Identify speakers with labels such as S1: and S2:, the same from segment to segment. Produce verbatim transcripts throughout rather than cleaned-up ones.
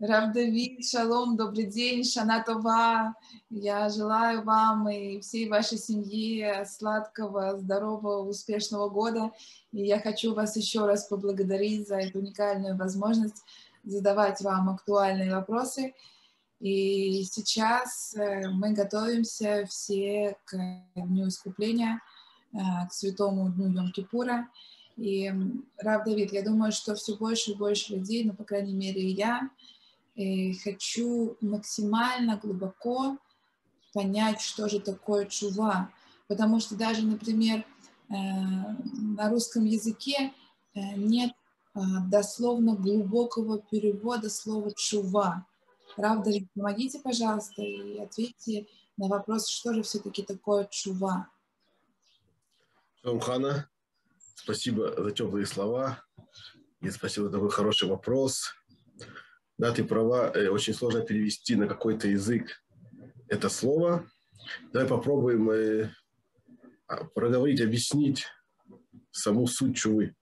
S1: Рав Давид, шалом, добрый день, шана това. Я желаю вам и всей вашей семье сладкого, здорового, успешного года. И я хочу вас еще раз поблагодарить за эту уникальную возможность задавать вам актуальные вопросы. И сейчас мы готовимся все к Дню Искупления, к Святому Дню Йом-Кипура. И, Рав Давид, я думаю, что все больше и больше людей, ну, по крайней мере, я, и хочу максимально глубоко понять, что же такое чува. Потому что даже, например, на русском языке нет дословно глубокого перевода слова чува. Рав Давид, помогите, пожалуйста, и ответьте на вопрос, что же все-таки такое чува.
S2: Шалом, Хана, спасибо за теплые слова и спасибо за такой хороший вопрос. Да, ты права, очень сложно перевести на какой-то язык это слово. Давай попробуем проговорить, объяснить саму суть чувы.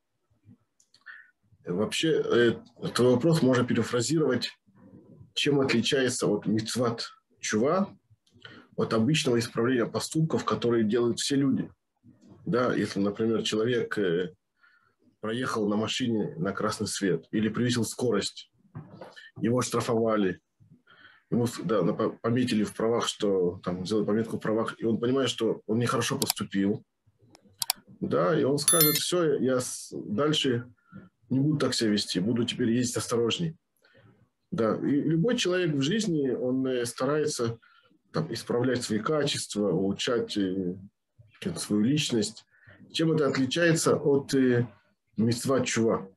S2: Вообще, твой вопрос можно перефразировать, чем отличается от мицват чува от обычного исправления поступков, которые делают все люди. Да, если, например, человек проехал на машине на красный свет или превысил скорость, его штрафовали, ему да, пометили в правах, что там сделали пометку в правах, и он понимает, что он нехорошо поступил, да, и он скажет: все, я дальше не буду так себя вести, буду теперь ездить осторожней. Да, и любой человек в жизни, он старается там исправлять свои качества, улучшать свою личность. Чем это отличается от э, мицват чува?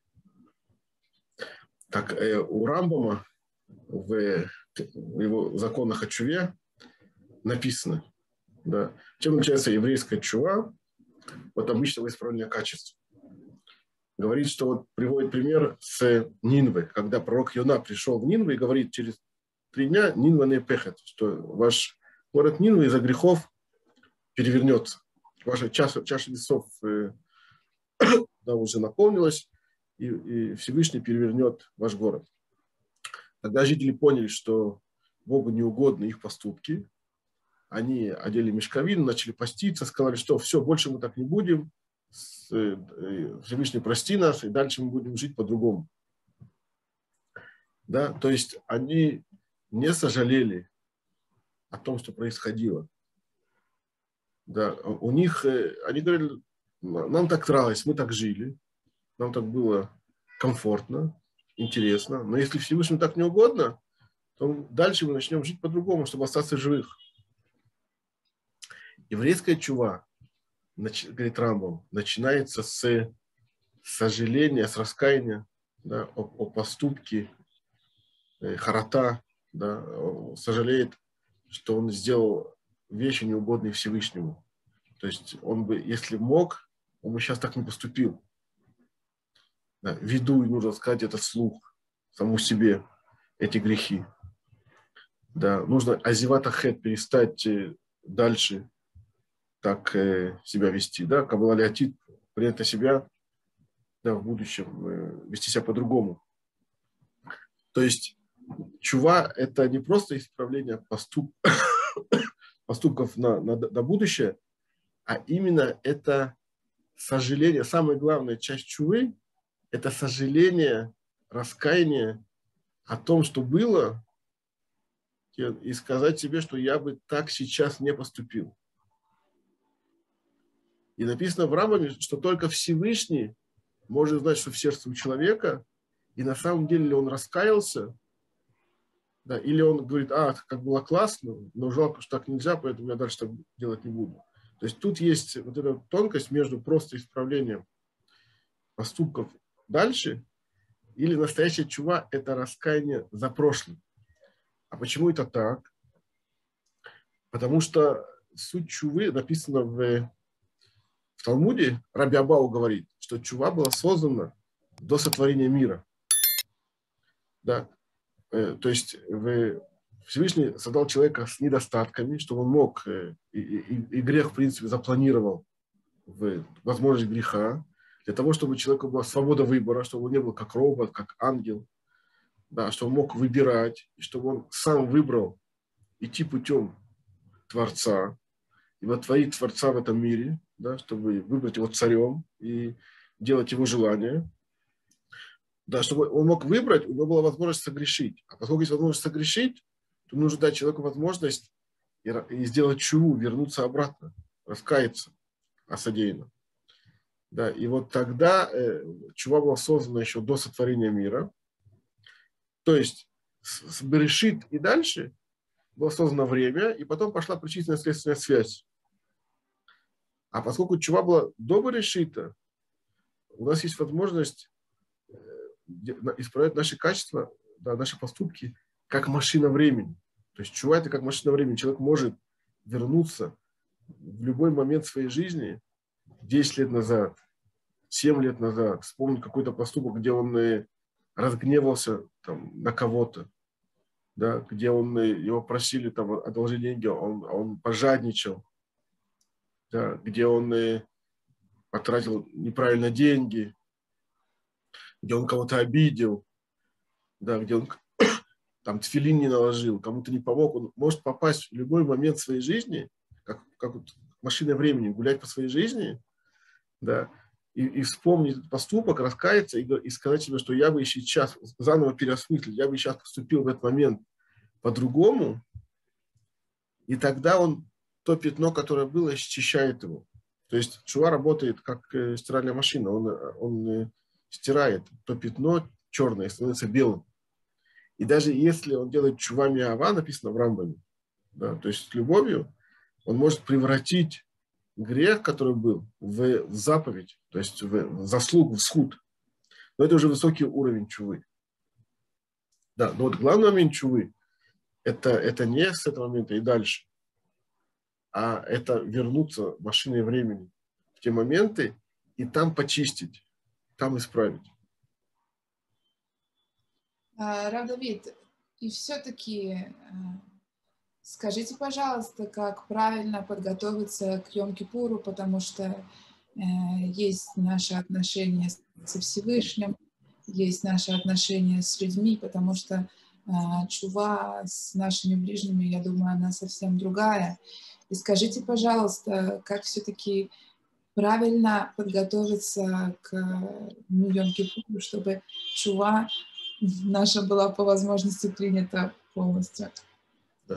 S2: Так, э, у Рамбама в, в его законах о чуве написано, да, чем отличается еврейская чува от обычного исправления качеств. Говорит, что вот приводит пример с Нинвы, когда пророк Йона пришел в Нинву и говорит: через три дня Нинва не пехет, что ваш город Нинвы из-за грехов перевернется. Ваша чаша, чаша весов э, да, уже наполнилась, и, и Всевышний перевернет ваш город. Тогда жители поняли, что Богу не угодны их поступки. Они одели мешковину, начали поститься, сказали, что все, больше мы так не будем, Всевышний прости нас, и дальше мы будем жить по-другому. Да? То есть они не сожалели о том, что происходило. Да, у них, они говорили: нам так нравилось, мы так жили, нам так было комфортно, интересно, но если Всевышнему так не угодно, то дальше мы начнем жить по-другому, чтобы остаться живых. Еврейская чува, говорит Рамбам, начинается с сожаления, с раскаяния, да, о, о поступке, э, харата, да, сожалеет, что он сделал вещи, неугодные Всевышнему. То есть он бы, если мог, он бы сейчас так не поступил. Да, виду, нужно сказать это вслух, саму себе, эти грехи. Да, нужно азиват ахет, перестать дальше так э, себя вести. Да, кабала леотит, принять на себя, да, в будущем э, вести себя по-другому. То есть чува – это не просто исправление поступ... поступков на, на, на будущее, а именно это сожаление. Самая главная часть чувы – это сожаление, раскаяние о том, что было, и сказать себе, что я бы так сейчас не поступил. И написано в Рамбаме, что только Всевышний может знать, что в сердце у человека, и на самом деле ли он раскаялся, да, или он говорит: а, как было классно, но жалко, что так нельзя, поэтому я дальше так делать не буду. То есть тут есть вот эта тонкость между просто исправлением поступков дальше, или настоящая чува – это раскаяние за прошлым. А почему это так? Потому что суть чувы написана в, в Талмуде. Раби Абау говорит, что чува была создана до сотворения мира. Да. То есть Всевышний создал человека с недостатками, чтобы он мог, и, и, и грех, в принципе, запланировал в возможность греха, для того, чтобы у человека была свобода выбора, чтобы он не был как робот, как ангел. да, чтобы он мог выбирать, и чтобы он сам выбрал идти путем Творца, и вотворить Творца в этом мире, да, чтобы выбрать его царем и делать его желание. Да, чтобы он мог выбрать, у него была возможность согрешить. А поскольку есть возможность согрешить, то нужно дать человеку возможность и, и сделать чуву, вернуться обратно, раскаяться о содеянном. Да, и вот тогда э, чува была создана еще до сотворения мира. То есть с, с Берешит и дальше было создано время, и потом пошла причинно-следственная связь. А поскольку чува была до Берешита, у нас есть возможность исправлять наши качества, да, наши поступки, как машина времени. То есть чува – это как машина времени. Человек может вернуться в любой момент своей жизни, десять лет назад, семь лет назад, вспомнить какой-то поступок, где он разгневался там, на кого-то, да, где он, его просили там, одолжить деньги, он, он пожадничал, да, где он потратил неправильно деньги, где он кого-то обидел, да, где он там тфилин не наложил, кому-то не помог, он может попасть в любой момент своей жизни, как, как вот машина времени, гулять по своей жизни, да, и, и вспомнить этот поступок, раскаяться и, и сказать себе, что я бы еще сейчас заново переосмыслил, я бы сейчас поступил в этот момент по-другому, и тогда он то пятно, которое было, счищает его. То есть чува работает как стиральная машина, он, он стирает то пятно черное, становится белым. И даже если он делает чува миава, написано в Рамбаме, да, то есть с любовью, он может превратить грех, который был, в, в заповедь, то есть в, в заслугу, в схуд. Но это уже высокий уровень чувы. Да, но вот главный момент чувы это, это не с этого момента и дальше, а это вернуться машиной времени в те моменты и там почистить, там исправить.
S1: Рав Давид, и все-таки скажите, пожалуйста, как правильно подготовиться к Йом-Кипуру, потому что э, есть наши отношения со Всевышним, есть наши отношения с людьми, потому что э, чува с нашими ближними, я думаю, она совсем другая. И скажите, пожалуйста, как все-таки правильно подготовиться к ну, Йом-Кипуру, чтобы чува наша была по возможности принята полностью?
S2: Да.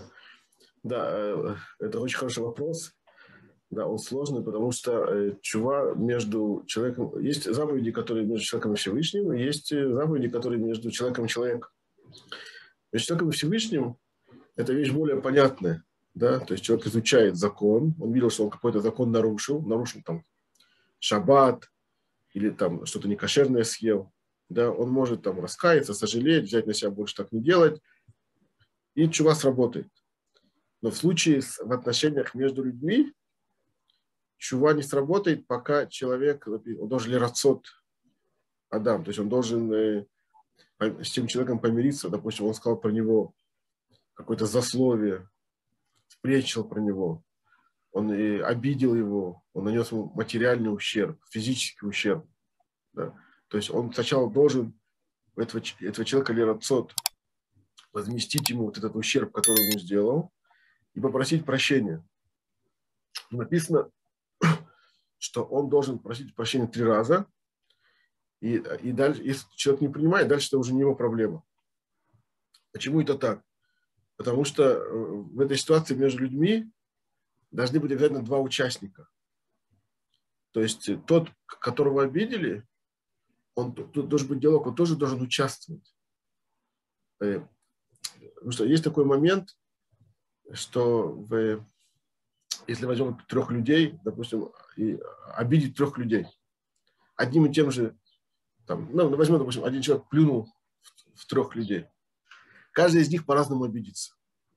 S2: Да, это очень хороший вопрос. Да, он сложный, потому что чува между человеком... Есть заповеди, которые между человеком и Всевышним, и есть заповеди, которые между человеком и человеком. Между человеком и Всевышним это вещь более понятная. Да? То есть человек изучает закон, он видел, что он какой-то закон нарушил, нарушил там шаббат или там что-то некошерное съел. Да? Он может там раскаяться, сожалеть, взять на себя больше так не делать, и чува сработает. Но в случае с, в отношениях между людьми чува не сработает, пока человек, он должен лирацот Адам, то есть он должен э, с тем человеком помириться, допустим, он сказал про него какое-то засловие, спречил про него, он э, обидел его, он нанес ему материальный ущерб, физический ущерб. Да? То есть он сначала должен этого, этого человека лирацот возместить ему вот этот ущерб, который он ему сделал, и попросить прощения. Написано, что он должен просить прощения три раза, и, и дальше, если человек не принимает, дальше это уже не его проблема. Почему это так? Потому что в этой ситуации между людьми должны быть обязательно два участника. То есть тот, которого обидели, он, тут должен быть диалог, он тоже должен участвовать. Потому что есть такой момент, что в, если возьмем трех людей, допустим, и обидеть трех людей, одним и тем же, там, ну, возьмем, допустим, один человек плюнул в, в трех людей, каждый из них по-разному обидится.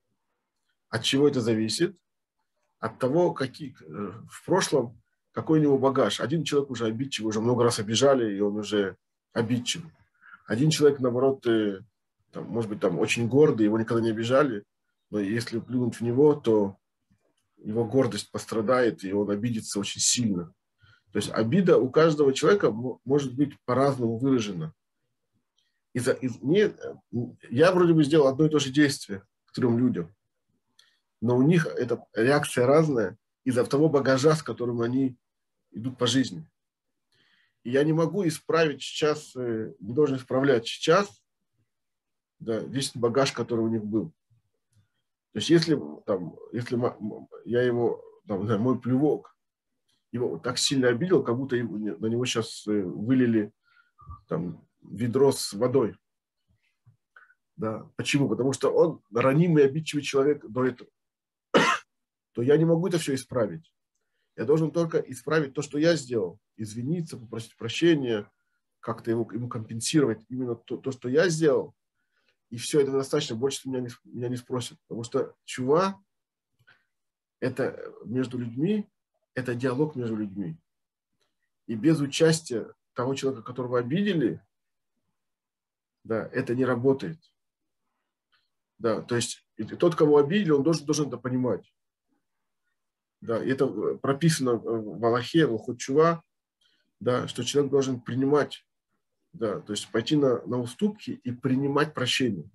S2: От чего это зависит? От того, какие, в прошлом, какой у него багаж. Один человек уже обидчивый, уже много раз обижали, и он уже обидчивый. Один человек, наоборот, там, может быть, там очень гордый, его никогда не обижали, но если плюнуть в него, то его гордость пострадает, и он обидится очень сильно. То есть обида у каждого человека может быть по-разному выражена. из-за, из, не, я вроде бы сделал одно и то же действие к трем людям, но у них эта реакция разная из-за того багажа, с которым они идут по жизни. И я не могу исправить сейчас, не должен исправлять сейчас, да, весь багаж, который у них был. То есть если, там, если я его, там, мой плевок его так сильно обидел, как будто его, на него сейчас вылили там, ведро с водой. Да. Почему? Потому что он ранимый, обидчивый человек до этого. То я не могу это все исправить. Я должен только исправить то, что я сделал. Извиниться, попросить прощения, как-то его, ему компенсировать именно то, то, что я сделал. И все, это достаточно, больше меня не, меня не спросят. Потому что чува – это между людьми, это диалог между людьми. И без участия того человека, которого обидели, да, это не работает. Да, то есть тот, кого обидели, он должен, должен это понимать. Да, и это прописано в Аллахе, в Аллахот Чува, да, что человек должен принимать, да, то есть пойти на, на уступки и принимать прощение.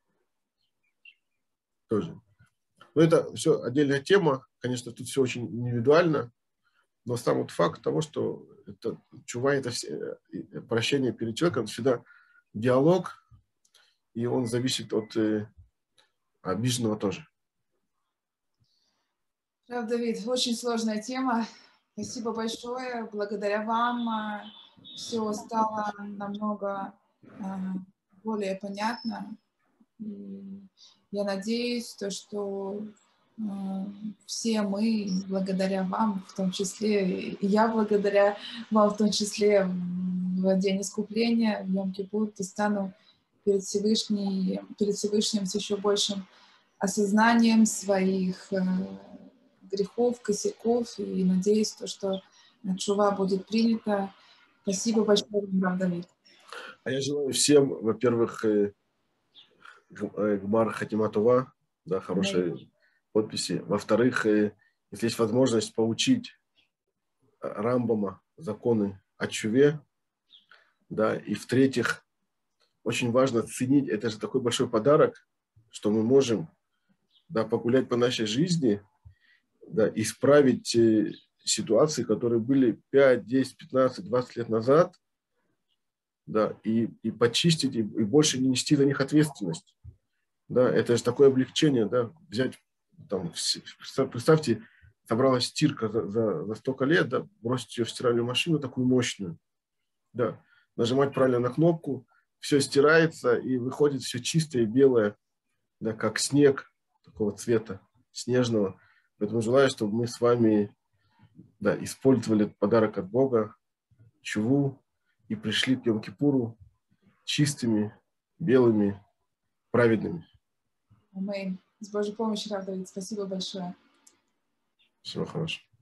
S2: Тоже. Но это все отдельная тема, конечно, тут все очень индивидуально, но сам вот факт того, что это, чува, это все, прощение перед человеком, всегда диалог, и он зависит от э, обиженного тоже.
S1: Рав Давид, очень сложная тема. Спасибо большое. Благодаря вам все стало намного более понятно. Я надеюсь, то, что все мы, благодаря вам, в том числе, и я благодаря вам, в том числе, в день искупления, в Йом-Кипур, стану перед Всевышним, перед Всевышним с еще большим осознанием своих грехов, косяков, и надеюсь, то, что чува будет принята. Спасибо большое, Рав Давид.
S2: А я желаю всем, во-первых, Гмар Хатима Това, да, хорошие подписи. Во-вторых, если есть возможность поучить Рамбама законы о чуве, да, и в-третьих, очень важно ценить, это же такой большой подарок, что мы можем, да, погулять по нашей жизни, да, исправить ситуации, которые были пять, десять, пятнадцать, двадцать лет назад, да, и, и почистить, и, и больше не нести за них ответственность. Да, это же такое облегчение, да, взять, там, представьте, собралась стирка за, за, за столько лет, да, бросить ее в стиральную машину такую мощную, да, нажимать правильно на кнопку, все стирается и выходит все чистое, белое, да, как снег такого цвета, снежного. Поэтому желаю, чтобы мы с вами, да, использовали этот подарок от Бога, чуву, и пришли к Йом-Кипуру чистыми, белыми, праведными.
S1: Аминь. С Божьей помощью, Рав Давид. Спасибо большое.
S2: Всего хорошего.